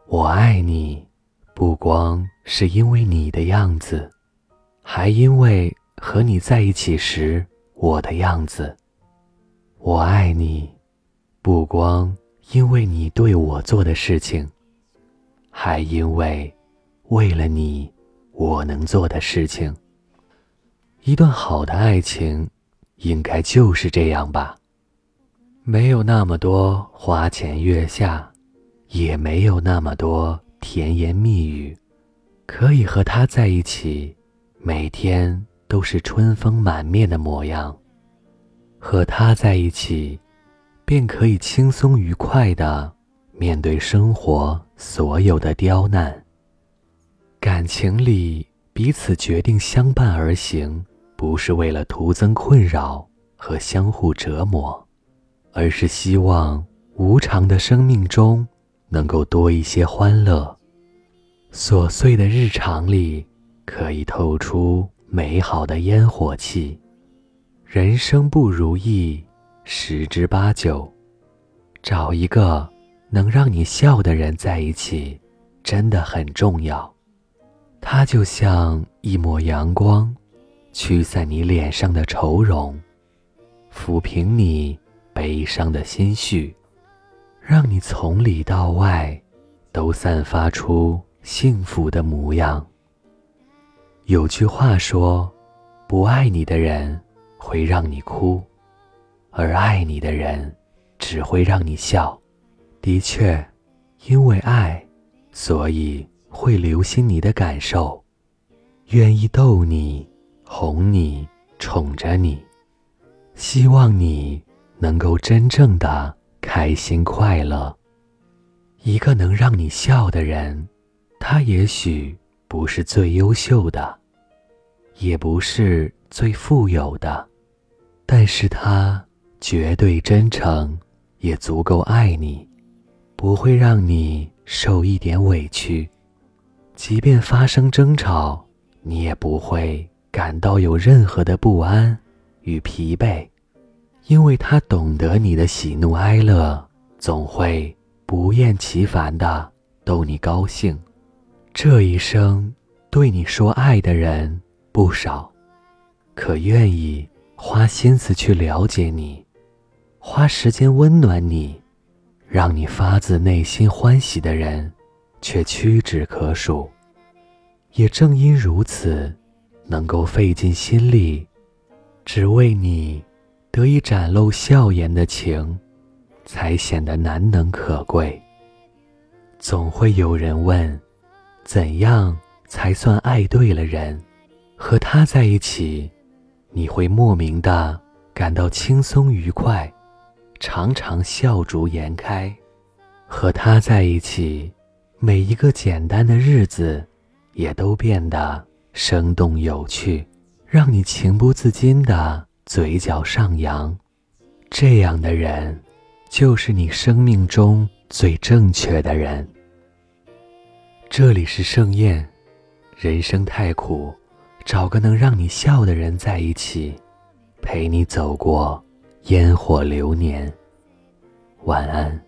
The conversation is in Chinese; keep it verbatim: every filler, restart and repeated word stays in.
我爱你，不光是因为你的样子，还因为和你在一起时我的样子。我爱你，不光因为你对我做的事情，还因为为了你我能做的事情。一段好的爱情应该就是这样吧，没有那么多花前月下，也没有那么多甜言蜜语，可以和他在一起，每天都是春风满面的模样。和他在一起，便可以轻松愉快地面对生活所有的刁难。感情里彼此决定相伴而行，不是为了徒增困扰和相互折磨，而是希望无常的生命中能够多一些欢乐。琐碎的日常里可以透出美好的烟火气。人生不如意十之八九，找一个能让你笑的人在一起真的很重要。他就像一抹阳光，驱散你脸上的愁容，抚平你悲伤的心绪，让你从里到外都散发出幸福的模样。有句话说，不爱你的人会让你哭，而爱你的人只会让你笑。的确，因为爱，所以会留心你的感受，愿意逗你、哄你、宠着你，希望你能够真正的开心快乐。一个能让你笑的人，他也许不是最优秀的，也不是最富有的，但是他绝对真诚，也足够爱你，不会让你受一点委屈。即便发生争吵，你也不会感到有任何的不安与疲惫，因为他懂得你的喜怒哀乐，总会不厌其烦地逗你高兴。这一生对你说爱的人不少，可愿意花心思去了解你，花时间温暖你，让你发自内心欢喜的人却屈指可数。也正因如此，能够费尽心力只为你得以展露笑颜的情，才显得难能可贵。总会有人问，怎样才算爱对了人？和他在一起，你会莫名地感到轻松愉快，常常笑逐颜开。和他在一起，每一个简单的日子也都变得生动有趣，让你情不自禁地嘴角上扬。这样的人，就是你生命中最正确的人。这里是盛宴，人生太苦，找个能让你笑的人在一起，陪你走过烟火流年。晚安。